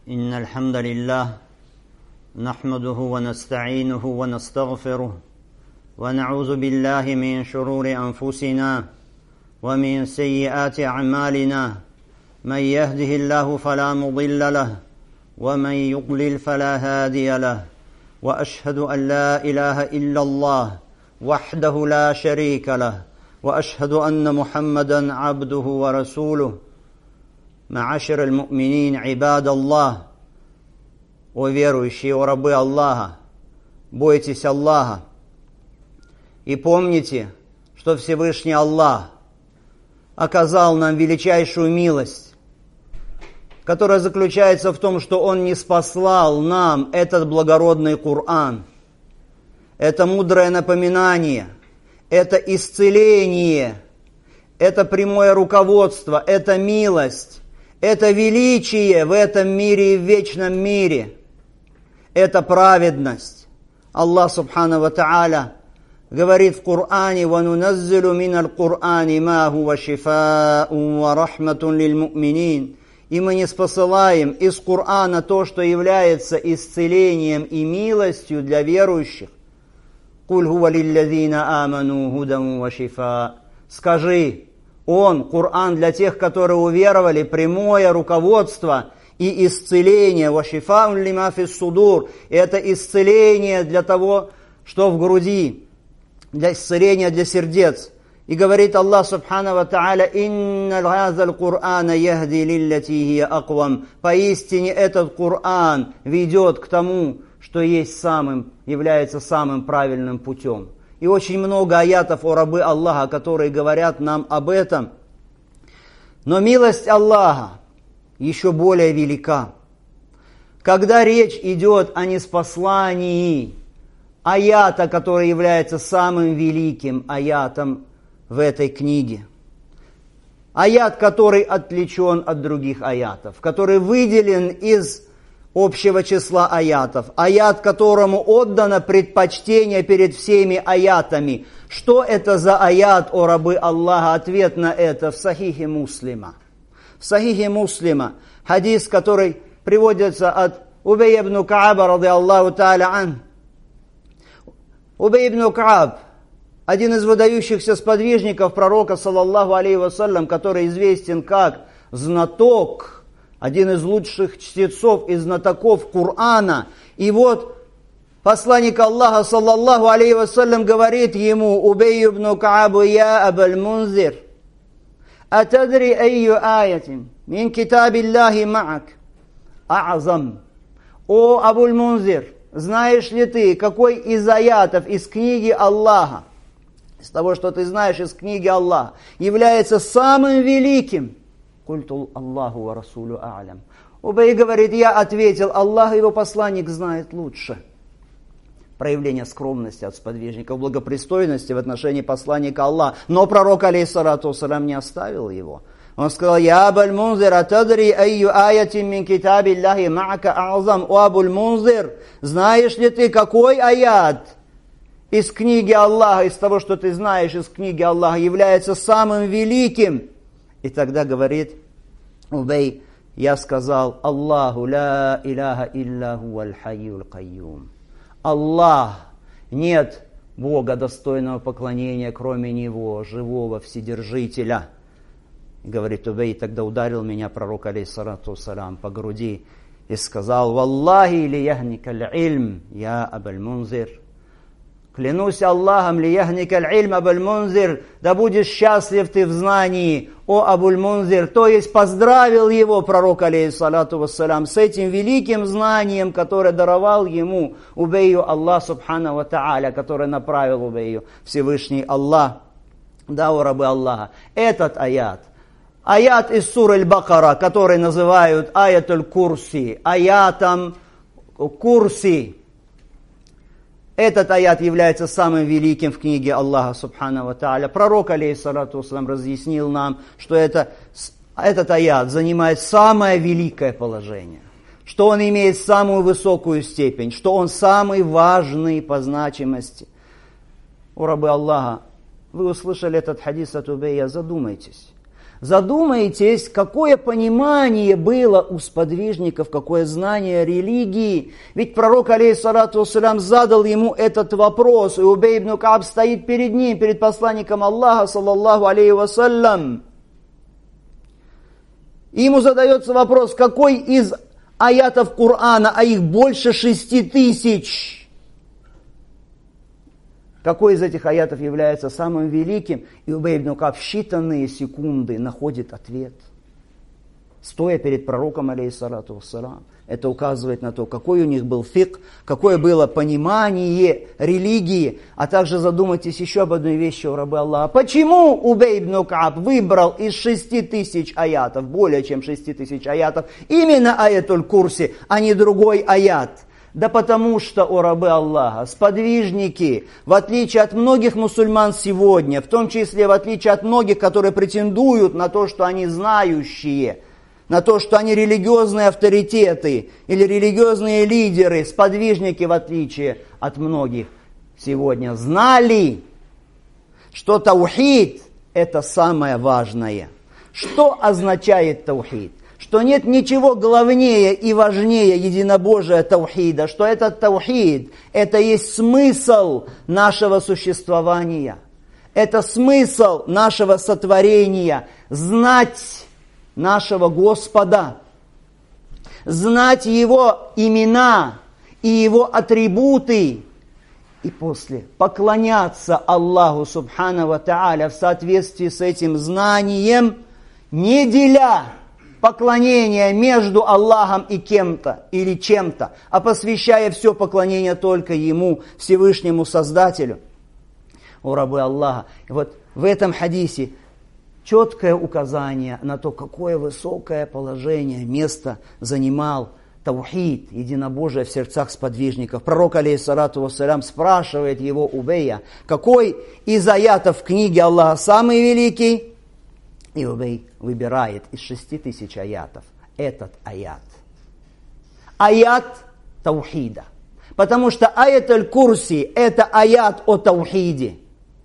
إن الحمد لله نحمده ونستعينه ونستغفره ونعوذ بالله من شرور أنفسنا ومن سيئات أعمالنا من يهده الله فلا مضل له ومن يضلل فلا هادي له وأشهد أن لا إله إلا الله وحده لا شريك له وأشهد أن محمدا عبده ورسوله. معاشر المؤمنين عباد الله, о верующие, о рабы Аллаха, бойтесь Аллаха и помните, что Всевышний Аллах оказал нам величайшую милость, которая заключается в том, что Он ниспослал нам этот благородный Коран. Это мудрое напоминание, это исцеление, это прямое руководство, это милость, это величие в этом мире и в вечном мире, это праведность. Аллах Субхану ва Тааля говорит в Коране: وَنُنَزِّلُ مِنَ الْقُرْآنِ مَا هُوَ شِفَاءٌ وَرَحْمَةٌ لِلْمُؤْمِنِينَ. И мы ниспосылаем из Корана то, что является исцелением и милостью для верующих. قُلْ هُوَ لِلَّذِينَ آمَنُوا هُدًى وَشِفَاءٌ. Скажи, Он, Коран, для тех, которые уверовали, прямое руководство и исцеление. وَشِفَاءٌ لِمَا فِي الصُّدُورِ. Это исцеление для того, что в груди, для исцеления для сердец. И говорит Аллах Субхану ва Тааля: «Инна хазал Кур'ана яхди лиллати хия аквам». Поистине этот Коран ведет к тому, что является самым правильным путем. И очень много аятов о рабы Аллаха, которые говорят нам об этом. Но милость Аллаха еще более велика. Когда речь идет о ниспослании аята, который является самым великим аятом в этой книге. Аят, который отличен от других аятов, который выделен из общего числа аятов. Аят, которому отдано предпочтение перед всеми аятами. Что это за аят, о рабы Аллаха? Ответ на это в Сахихе Муслима. В Сахихе Муслима хадис, который приводится от Убей ибн Кааба, ради Аллаху тааля ан. Убей ибн Кааб, один из выдающихся сподвижников пророка, саллаллаху алейхи вассалям, который известен как знаток, один из лучших чтецов и знатоков Корана. И вот посланник Аллаха, саллаллаху алейхи вассалям, говорит ему: Убей ибн Каабу, я Абуль Мунзир, атадри айю аятин мин китабиллахи маак а'зам. О Абуль Мунзир, знаешь ли ты, какой из аятов из книги Аллаха, из того, что ты знаешь из книги Аллаха, является самым великим? Культу Аллаху ва расулю а'лям. Убей говорит: я ответил, Аллах и его посланник знает лучше. Проявление скромности от сподвижников, благопристойности в отношении посланника Аллаха. Но пророк, алейхиссалату вассалям, не оставил его. Он сказал: я Абуль Мунзир, атадри айю аятин мин китабиллахи ма'ака а'зам. О Абуль Мунзир, знаешь ли ты, какой аят из книги Аллаха, из того, что ты знаешь из книги Аллаха, является самым великим? И тогда говорит Убей: я сказал: Аллаху ла иляха илля хуваль хайюль кайюм. Аллах, нет Бога достойного поклонения, кроме Него, живого Вседержителя. И говорит Убей: тогда ударил меня пророк, алейхиссалату вассалям, по груди и сказал: Валлахи ли яхникаль ильм, я Абуль Мунзир. Клянусь Аллахом, ли яхникаль ильм, Абуль Мунзир, да будешь счастлив ты в знании, о Абуль Мунзир. То есть поздравил его пророк, алейхиссалату вассалям, с этим великим знанием, которое даровал ему Убейю Аллах Субхану ва Тааля, который направил Убейю Всевышний Аллах. Да, о рабы Аллаха, этот аят из суры Аль-Бакара, который называют аятуль Курси, аятом Курси. Этот аят является самым великим в книге Аллаха Субхану ва Тааля. Пророк, алейхиссалату вассалям, разъяснил нам, что этот аят занимает самое великое положение, что он имеет самую высокую степень, что он самый важный по значимости. О рабы Аллаха, вы услышали этот хадис от Убея, задумайтесь. Задумайтесь, какое понимание было у сподвижников, какое знание религии. Ведь пророк, алейхиссалату вассалям, задал ему этот вопрос, и Убей ибн Кааб стоит перед ним, перед посланником Аллаха, саллаллаху алейхи вассалям. И ему задается вопрос, какой из аятов Корана, а их больше 6000, какой из этих аятов является самым великим? И Убей ибн Кааб в считанные секунды находит ответ, стоя перед пророком, алейхиссалату вассалам. Это указывает на то, какой у них был фикх, какое было понимание религии. А также задумайтесь еще об одной вещи, у рабы Аллаха. Почему Убей ибн Кааб выбрал из 6000 аятов, более чем 6000 аятов, именно аятуль Курси, а не другой аят? Да потому что, о рабы Аллаха, сподвижники, в отличие от многих мусульман сегодня, в том числе в отличие от многих, которые претендуют на то, что они знающие, на то, что они религиозные авторитеты или религиозные лидеры, сподвижники, в отличие от многих сегодня, знали, что таухид – это самое важное. Что означает таухид? Что нет ничего главнее и важнее единобожия таухида, что этот таухид – это есть смысл нашего существования, это смысл нашего сотворения, знать нашего Господа, знать Его имена и Его атрибуты, и после поклоняться Аллаху субхану ва тааля в соответствии с этим знанием, не деля поклонение между Аллахом и кем-то или чем-то, а посвящая все поклонение только Ему, Всевышнему Создателю. О рабы Аллаха! И вот в этом хадисе четкое указание на то, какое высокое положение, место занимал таухид, единобожие в сердцах сподвижников. Пророк, алейхиссалату вассалям, спрашивает его Убея, какой из аятов в книге Аллаха самый великий? И Убей выбирает из 6000 аятов этот аят. Аят таухида. Потому что аят аль-Курси – это аят о таухиде.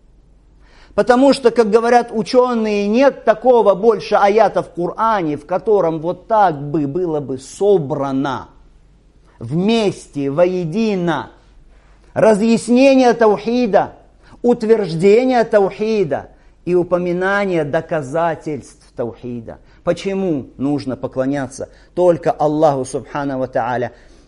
Потому что, как говорят ученые, нет такого больше аята в Коране, в котором вот так бы было бы собрано вместе, воедино разъяснение таухида, утверждение таухида и упоминание доказательств таухида. Почему нужно поклоняться только Аллаху субхану ва тааля?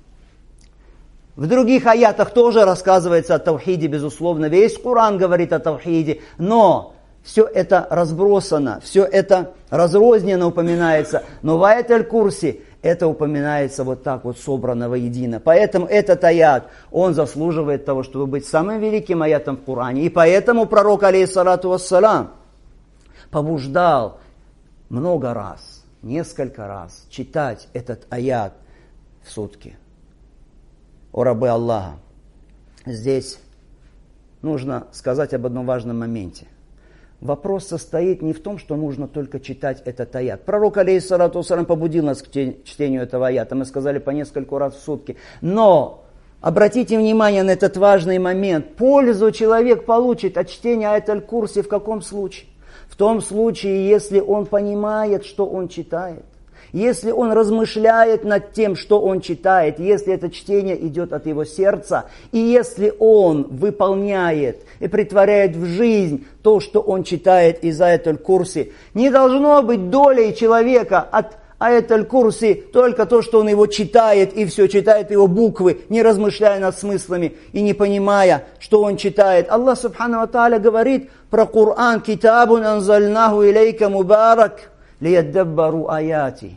В других аятах тоже рассказывается о таухиде, безусловно. Весь Коран говорит о таухиде, но все это разбросано, все это разрозненно упоминается. Но в аят аль-Курси это упоминается вот так вот собрано воедино. Поэтому этот аят, он заслуживает того, чтобы быть самым великим аятом в Коране. И поэтому пророк, алейхиссалату вассалам, побуждал много раз, несколько раз читать этот аят в сутки. О рабы Аллаха! Здесь нужно сказать об одном важном моменте. Вопрос состоит не в том, что нужно только читать этот аят. Пророк, алейхиссалату вассалям, побудил нас к чтению этого аята. Мы сказали по нескольку раз в сутки. Но обратите внимание на этот важный момент. Пользу человек получит от чтения аят аль-Курси в каком случае? В том случае, если он понимает, что он читает. Если он размышляет над тем, что он читает, если это чтение идет от его сердца, и если он выполняет и претворяет в жизнь то, что он читает из аят аль-Курси, не должно быть долей человека от аят аль-Курси только то, что он его читает, и все, читает его буквы, не размышляя над смыслами и не понимая, что он читает. Аллах субхану ва тааля говорит про Коран: «Китабун анзальнаху илейка мубарак, лияддаббару аяти».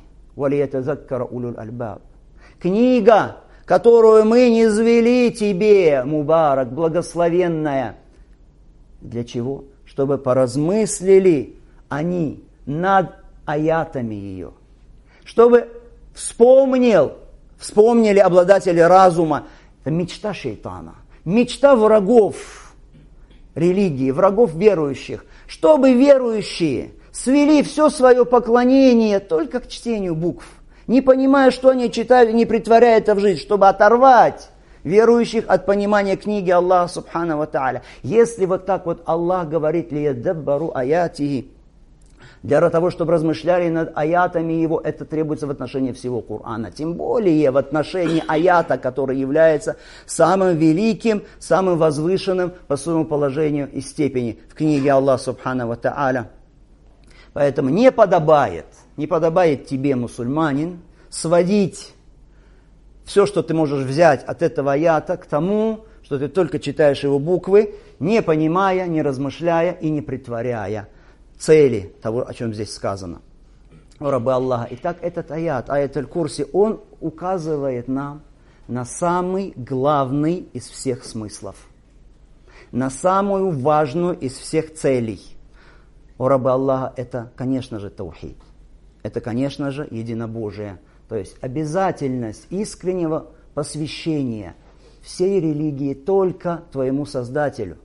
Книга, которую мы низвели тебе, мубарак, благословенная. Для чего? Чтобы поразмыслили они над аятами ее. Чтобы вспомнили обладатели разума. Это мечта шейтана, мечта врагов религии, врагов верующих. Чтобы верующие свели все свое поклонение только к чтению букв, не понимая, что они читают, не притворяя это в жизнь, чтобы оторвать верующих от понимания книги Аллаха субхану ва тааля. Если вот так вот Аллах говорит: «Лияддаббару аятихи», Для того, чтобы размышляли над аятами его, это требуется в отношении всего Корана. Тем более в отношении аята, который является самым великим, самым возвышенным по своему положению и степени в книге Аллаха Субхану ва Тааля. Поэтому не подобает тебе, мусульманин, сводить все, что ты можешь взять от этого аята, к тому, что ты только читаешь его буквы, не понимая, не размышляя и не претворяя цели того, о чем здесь сказано. О рабы Аллаха. Итак, этот аят Аль-Курси, он указывает нам на самый главный из всех смыслов, на самую важную из всех целей. О рабы Аллаха, это, конечно же, таухид. Это, конечно же, единобожие. То есть обязательность искреннего посвящения всей религии только твоему Создателю.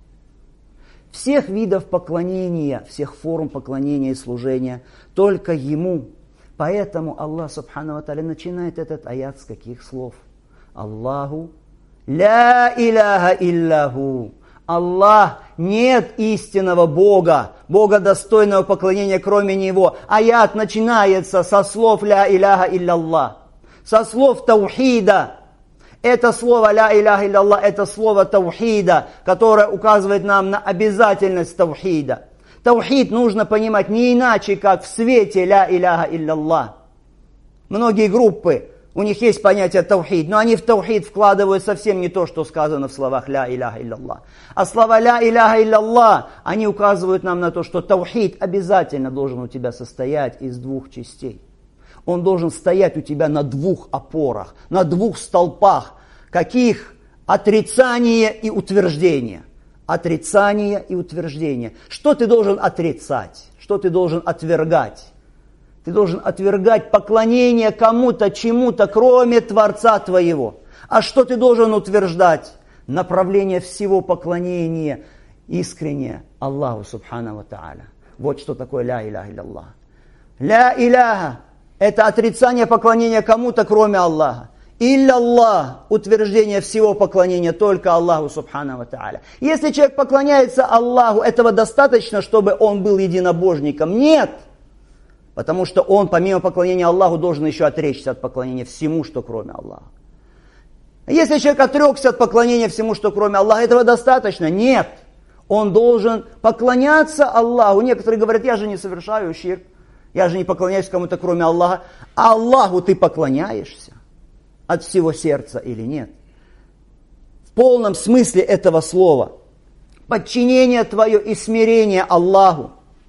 Всех видов поклонения, всех форм поклонения и служения только Ему. Поэтому Аллах Субхану ва Тааля начинает этот аят с каких слов? Аллаху ля иляха илляху. Аллах, нет истинного Бога, Бога достойного поклонения, кроме Него. Аят начинается со слов ля иляха илlallah, со слов таухида. Это слово ля иляха илlallah, это слово таухида, которое указывает нам на обязательность таухида. Таухид нужно понимать не иначе, как в свете ля иляха илlallah. Многие группы, у них есть понятие таухид, но они в таухид вкладывают совсем не то, что сказано в словах ля иляха илlallah. А слова ля иляха илlallah, они указывают нам на то, что таухид обязательно должен у тебя состоять из двух частей. Он должен стоять у тебя на двух опорах, на двух столпах. Каких? Отрицание и утверждение. Отрицание и утверждение. Что ты должен отрицать? Что ты должен отвергать? Ты должен отвергать поклонение кому-то, чему-то, кроме Творца твоего. А что ты должен утверждать? Направление всего поклонения искреннее Аллаху Субхану ва Тааля. Вот что такое ля иляха илlallah. Ля иляха – это отрицание поклонения кому-то, кроме Аллаха. Илля-Аллах – утверждение всего поклонения только Аллаху Субхану ва Тааля. Если человек поклоняется Аллаху, этого достаточно, чтобы он был единобожником? Нет! Потому что он, помимо поклонения Аллаху, должен еще отречься от поклонения всему, что кроме Аллаха. Если человек отрекся от поклонения всему, что кроме Аллаха, этого достаточно? Нет! Он должен поклоняться Аллаху. Некоторые говорят, я же не совершаю ширк, я же не поклоняюсь кому-то, кроме Аллаха. А Аллаху ты поклоняешься от всего сердца или нет? В полном смысле этого слова. Подчинение твое и смирение Аллаху.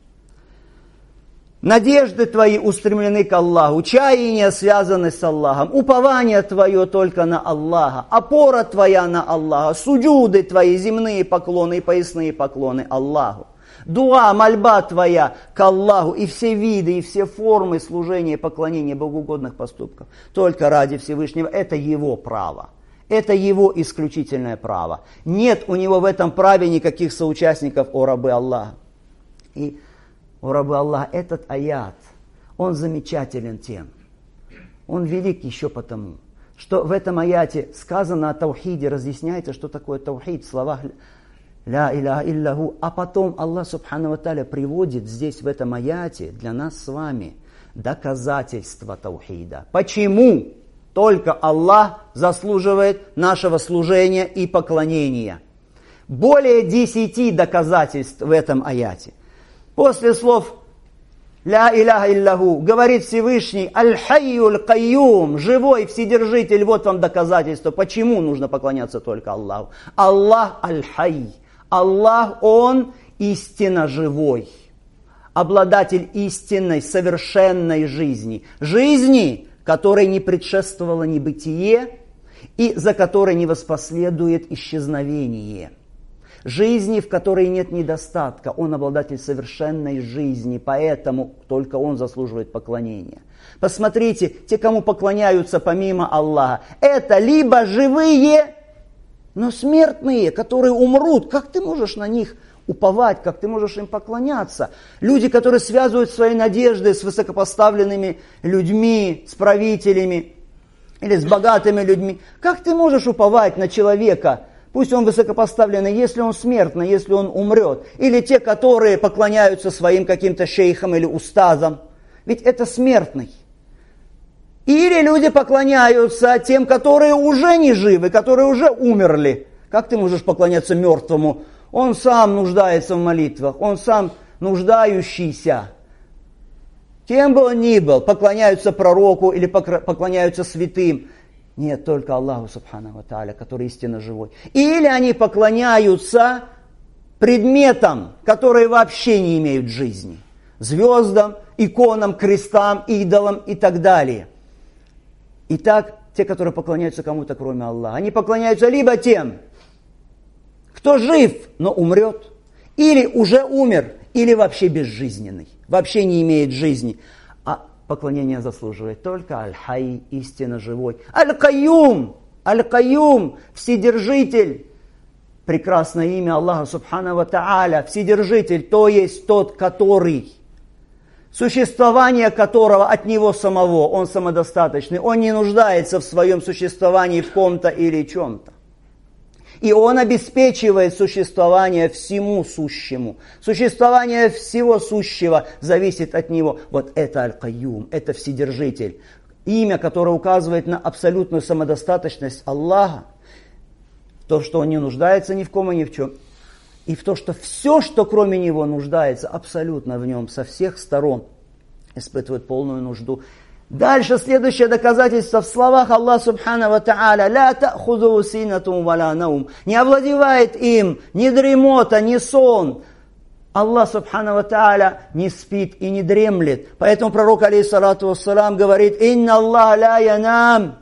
Надежды твои устремлены к Аллаху, чаяния связаны с Аллахом, упование твое только на Аллаха, опора твоя на Аллаха, суджуды твои, земные поклоны и поясные поклоны Аллаху. Дуа, мольба твоя к Аллаху и все виды, и все формы служения и поклонения богоугодных поступков только ради Всевышнего. Это его право. Это его исключительное право. Нет у него в этом праве никаких соучастников, о рабы Аллаха. И, о рабы Аллаха, этот аят, он замечателен тем. Он велик еще потому, что в этом аяте сказано о таухиде, разъясняется, что такое таухид в словах ля иляха илляху, а потом Аллах Субхану ва Тааля приводит здесь в этом аяте для нас с вами доказательства таухида. Почему только Аллах заслуживает нашего служения и поклонения? Более 10 доказательств в этом аяте. После слов ля иляха илляху говорит Всевышний аль-хайю аль-кайюм, живой вседержитель, вот вам доказательство, почему нужно поклоняться только Аллаху. Аллах аль-хай. Аллах, Он истинно живой, обладатель истинной, совершенной жизни. Жизни, которой не предшествовало небытие и за которой не воспоследует исчезновение. Жизни, в которой нет недостатка. Он обладатель совершенной жизни, поэтому только Он заслуживает поклонения. Посмотрите, те, кому поклоняются помимо Аллаха, это либо живые, но смертные, которые умрут. Как ты можешь на них уповать, как ты можешь им поклоняться? Люди, которые связывают свои надежды с высокопоставленными людьми, с правителями или с богатыми людьми. Как ты можешь уповать на человека, пусть он высокопоставленный, если он смертный, если он умрет. Или те, которые поклоняются своим каким-то шейхам или устазам. Ведь это смертный. Или люди поклоняются тем, которые уже не живы, которые уже умерли. Как ты можешь поклоняться мертвому? Он сам нуждается в молитвах, он сам нуждающийся. Кем бы он ни был, поклоняются пророку или поклоняются святым. Нет, только Аллаху Субханаху ва Тааля, который истинно живой. Или они поклоняются предметам, которые вообще не имеют жизни. Звездам, иконам, крестам, идолам и так далее. Итак, те, которые поклоняются кому-то, кроме Аллаха, они поклоняются либо тем, кто жив, но умрет, или уже умер, или вообще безжизненный, вообще не имеет жизни. А поклонение заслуживает только Аль-Хай, истинно живой. Аль-Кайюм, Аль-Кайюм, Вседержитель. Прекрасное имя Аллаха Субханаху ва Тааля, Вседержитель, то есть тот, который... Существование которого от него самого, он самодостаточный, он не нуждается в своем существовании в ком-то или чем-то. И он обеспечивает существование всему сущему. Существование всего сущего зависит от него. Вот это Аль-Кайюм, это Вседержитель. Имя, которое указывает на абсолютную самодостаточность Аллаха. То, что он не нуждается ни в ком и ни в чем. И в то, что все, что кроме него нуждается, абсолютно в нем, со всех сторон, испытывает полную нужду. Дальше следующее доказательство в словах Аллаха Субханаху ва Тааля. «Ля та'хузуху синатум ва ля наум». Не овладевает им ни дремота, ни сон. Аллах Субханаху ва Тааля не спит и не дремлет. Поэтому пророк, алейхиссалату вассалам, говорит: «Инна Аллах ля янам».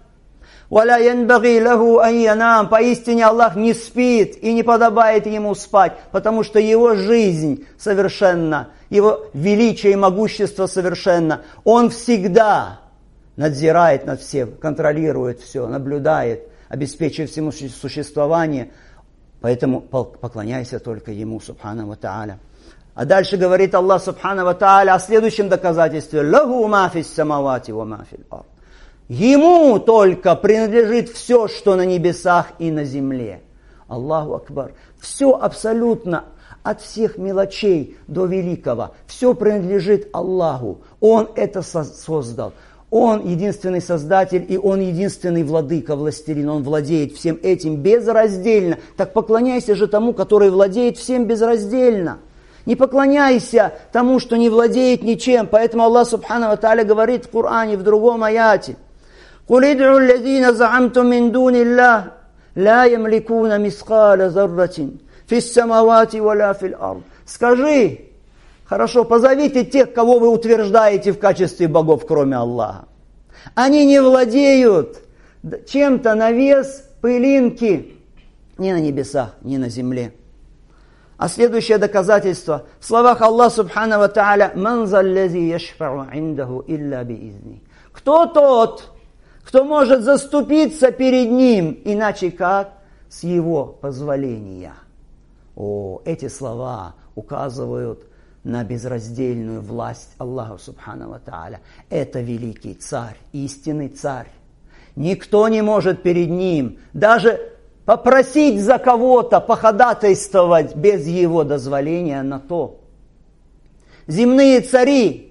Поистине Аллах не спит и не подобает ему спать, потому что его жизнь совершенна, его величие и могущество совершенно. Он всегда надзирает над всем, контролирует все, наблюдает, обеспечивает всему существование. Поэтому поклоняйся только ему, Субханаху ва Тааля. А дальше говорит Аллах Субханаху ва Тааля о следующем доказательстве. «Лаху ма фис самавати ва ма фил ард». Ему только принадлежит все, что на небесах и на земле. Аллаху Акбар. Все абсолютно, от всех мелочей до великого, все принадлежит Аллаху. Он это создал. Он единственный создатель, и Он единственный владыка, властелин. Он владеет всем этим безраздельно. Так поклоняйся же тому, который владеет всем безраздельно. Не поклоняйся тому, что не владеет ничем. Поэтому Аллах Субханаху ва Тааля говорит в Коране, в другом аяте: «Куль ид'у аллазина за'амтум мин дуниллах, ла ямликуна мисқаля зарратин, фис самавати ва ла фил ард». Скажи, хорошо, позовите тех, кого вы утверждаете в качестве богов, кроме Аллаха. Они не владеют чем-то на вес пылинки ни на небесах, ни на земле. А следующее доказательство в словах Аллаха Субханаху ва Тааля: «Ман заллази яшфау индаху илля биизни». Кто тот, кто может заступиться перед ним, иначе как с его позволения? Эти слова указывают на безраздельную власть Аллаха Субханаху ва Тааля. Это великий царь, истинный царь. Никто не может перед ним даже попросить за кого-то, походатайствовать без его дозволения на то. Земные цари,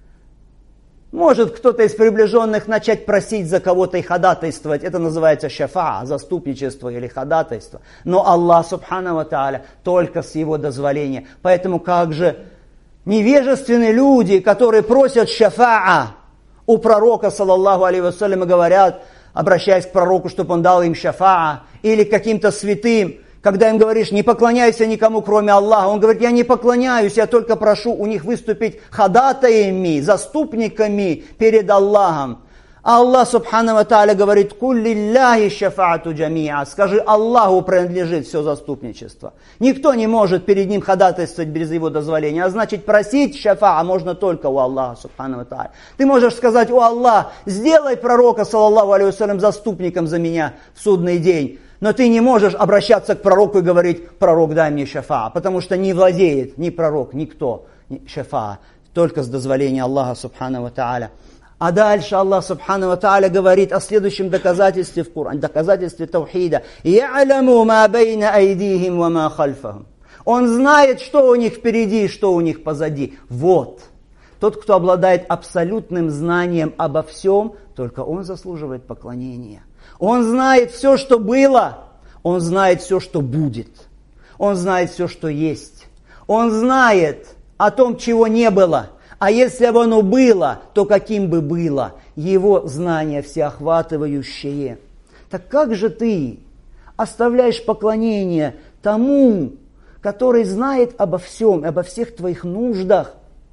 может кто-то из приближенных начать просить за кого-то и ходатайствовать. Это называется шафа, заступничество или ходатайство. Но Аллах Субханаху ва Тааля только с его дозволения. Поэтому как же невежественные люди, которые просят шафаа у пророка, саллаллаху алейхи вассалям, и говорят, обращаясь к пророку, чтобы он дал им шафаа, или к каким-то святым, когда им говоришь: не поклоняйся никому, кроме Аллаха. Он говорит: я не поклоняюсь, я только прошу у них выступить ходатаями, заступниками перед Аллахом. А Аллах Субханаху ва Тааля говорит: «Куль лилляхи шафаату джамиа». Скажи, Аллаху принадлежит все заступничество. Никто не может перед ним ходатайствовать без его дозволения. А значит, просить шафаа можно только у Аллаха Субханаху ва Тааля. Ты можешь сказать: «О Аллах, сделай пророка, саллаллаху алейхи вассалям, заступником за меня в судный день». Но ты не можешь обращаться к пророку и говорить: «Пророк, дай мне шафаа», потому что не владеет ни пророк, никто шафаа, только с дозволения Аллаха Субханаху ва Тааля. А дальше Аллах Субхану ва Тааля говорит о следующем доказательстве в Коране, доказательстве таухида. «Я'ламу ма байна айдихим ва ма хальфахум». Он знает, что у них впереди и что у них позади. Вот. Тот, кто обладает абсолютным знанием обо всем, только он заслуживает поклонения. Он знает все, что было. Он знает все, что будет. Он знает все, что есть. Он знает о том, чего не было. А если бы оно было, то каким бы было? Его знание всеохватывающее. Так как же ты оставляешь поклонение тому, который знает обо всем, обо всех твоих нуждах,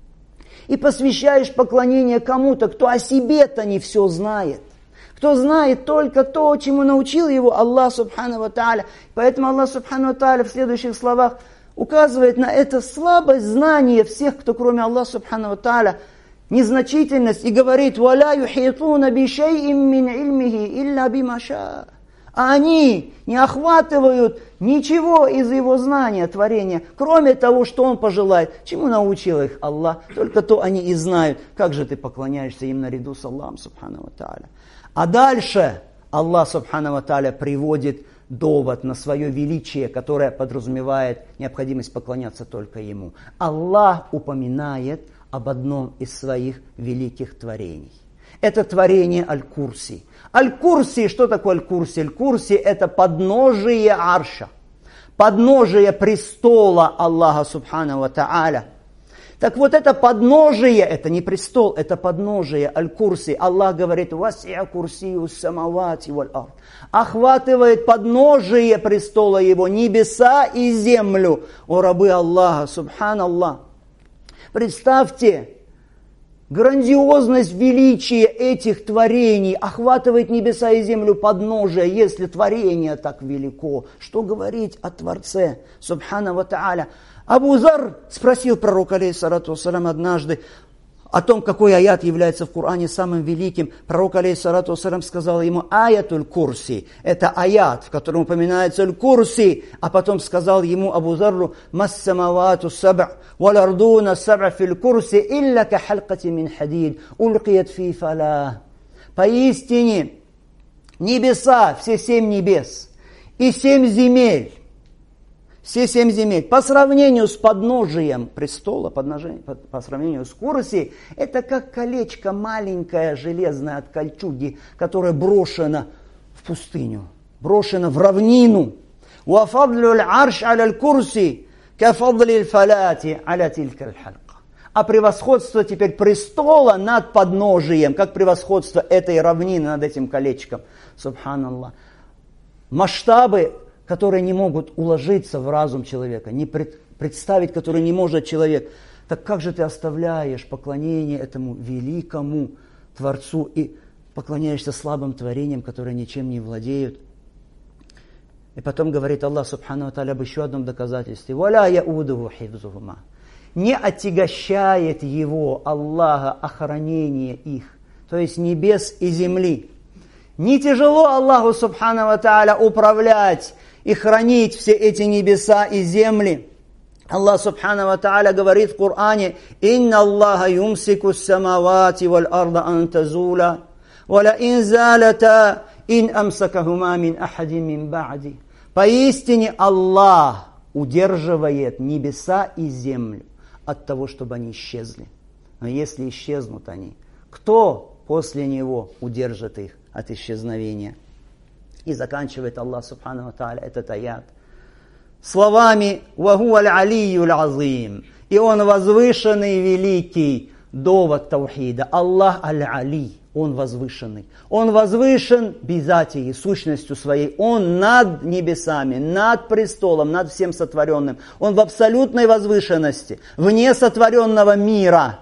и посвящаешь поклонение кому-то, кто о себе-то не все знает, кто знает только то, чему научил его Аллах Субхану ва Тааля. Поэтому Аллах Субхану ва Тааля в следующих словах указывает на это слабость знания всех, кто кроме Аллаха Субхану ва Тааля, незначительность, и говорит: «Валя юхитуна би шай'ин мин ильмихи илля бима ша». А они не охватывают ничего из его знания, творения, кроме того, что он пожелает. Чему научил их Аллах? Только то они и знают. Как же ты поклоняешься им наряду с Аллахом Субхану ва Тааля. А дальше Аллах Субхану ва Тааля приводит довод на свое величие, которое подразумевает необходимость поклоняться только Ему. Аллах упоминает об одном из своих великих творений. Это творение Аль-Курси. Аль-Курси, что такое Аль-Курси? Аль-Курси – это подножие арша, подножие престола Аллаха Субхану ва Тааля. Так вот это подножие, это не престол, это подножие Аль-Курси. Аллах говорит: «Васи'а курсию самавати валь ард». Охватывает подножие престола Его, небеса и землю. О рабы Аллаха, Субханаллах. Представьте, грандиозность, величие этих творений охватывает небеса и землю, подножие. Если творение так велико, что говорить о Творце, Субхану ва Тааля? Абу Зар спросил пророка, алейхиссалату вассалям, однажды о том, какой аят является в Коране самым великим. Пророк, алейхиссалату вассалям, сказал ему: аятуль курси. Это аят, в котором упоминается аль-курси. А потом сказал ему, Абу Зарру: массамавату саб'а, валь ардуна саб'а фил курси, илля ка халкати мин хадид, улькият фи фала. Поистине, небеса, все 7 небес и 7 земель, все 7 земель, по сравнению с подножием престола, по сравнению с Курси, это как колечко маленькое, железное от кольчуги, которое брошено в пустыню, брошено в равнину. وَفَضْلُ الْعَرْشِ عَلَى الْكُرْسِ كَفَضْلِ الْفَلَاتِ عَلَى تِلْكَ الْحَلْقَ. А превосходство теперь престола над подножием, как превосходство этой равнины над этим колечком. Субханаллах. Масштабы, которые не могут уложиться в разум человека, не представить, которые не может человек. Так как же ты оставляешь поклонение этому великому Творцу и поклоняешься слабым творениям, которые ничем не владеют? И потом говорит Аллах Субхану ва Тааля об еще одном доказательстве. «Валя яудуху хифзухума». Не отягощает его, Аллаха, охранение их, то есть небес и земли. Не тяжело Аллаху Субхану ва Тааля управлять и хранить все эти небеса и земли. Аллах Субхану ва Тааля говорит в Коране: «Инна Аллаха юмсику ссамавати валь арда ан тазула, валя ин залата, ин амсакахума мин ахадин мин ба'ди». Поистине Аллах удерживает небеса и землю от того, чтобы они исчезли. Но если исчезнут они, кто после него удержит их от исчезновения? И заканчивает Аллах Субхану ва Тааля этот аят словами: «Ваху аль-алийю аль-азим». И Он возвышенный, великий. Довод таухида. Аллах аль-али. Он возвышенный. Он возвышен бизатией, сущностью своей. Он над небесами, над престолом, над всем сотворенным. Он в абсолютной возвышенности, вне сотворенного мира.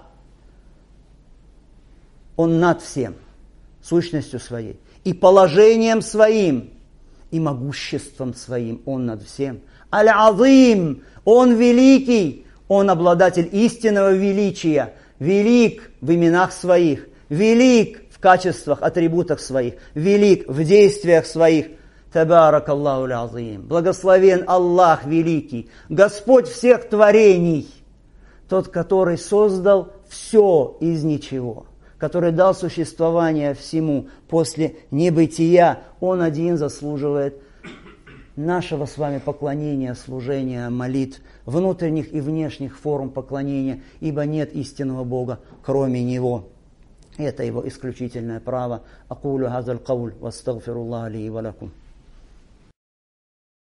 Он над всем, сущностью своей. И положением своим, и могуществом своим Он над всем. Аль-Азим, Он великий, Он обладатель истинного величия, велик в именах своих, велик в качествах, атрибутах своих, велик в действиях своих. Табарак Аллаху аль-Азим. Благословен Аллах великий, Господь всех творений, тот, который создал все из ничего, который дал существование всему после небытия, Он один заслуживает нашего с вами поклонения, служения, молитв, внутренних и внешних форм поклонения, ибо нет истинного Бога, кроме Него. Это Его исключительное право. Акулю хазаль кауль, вастагфируллах ли ва лакум.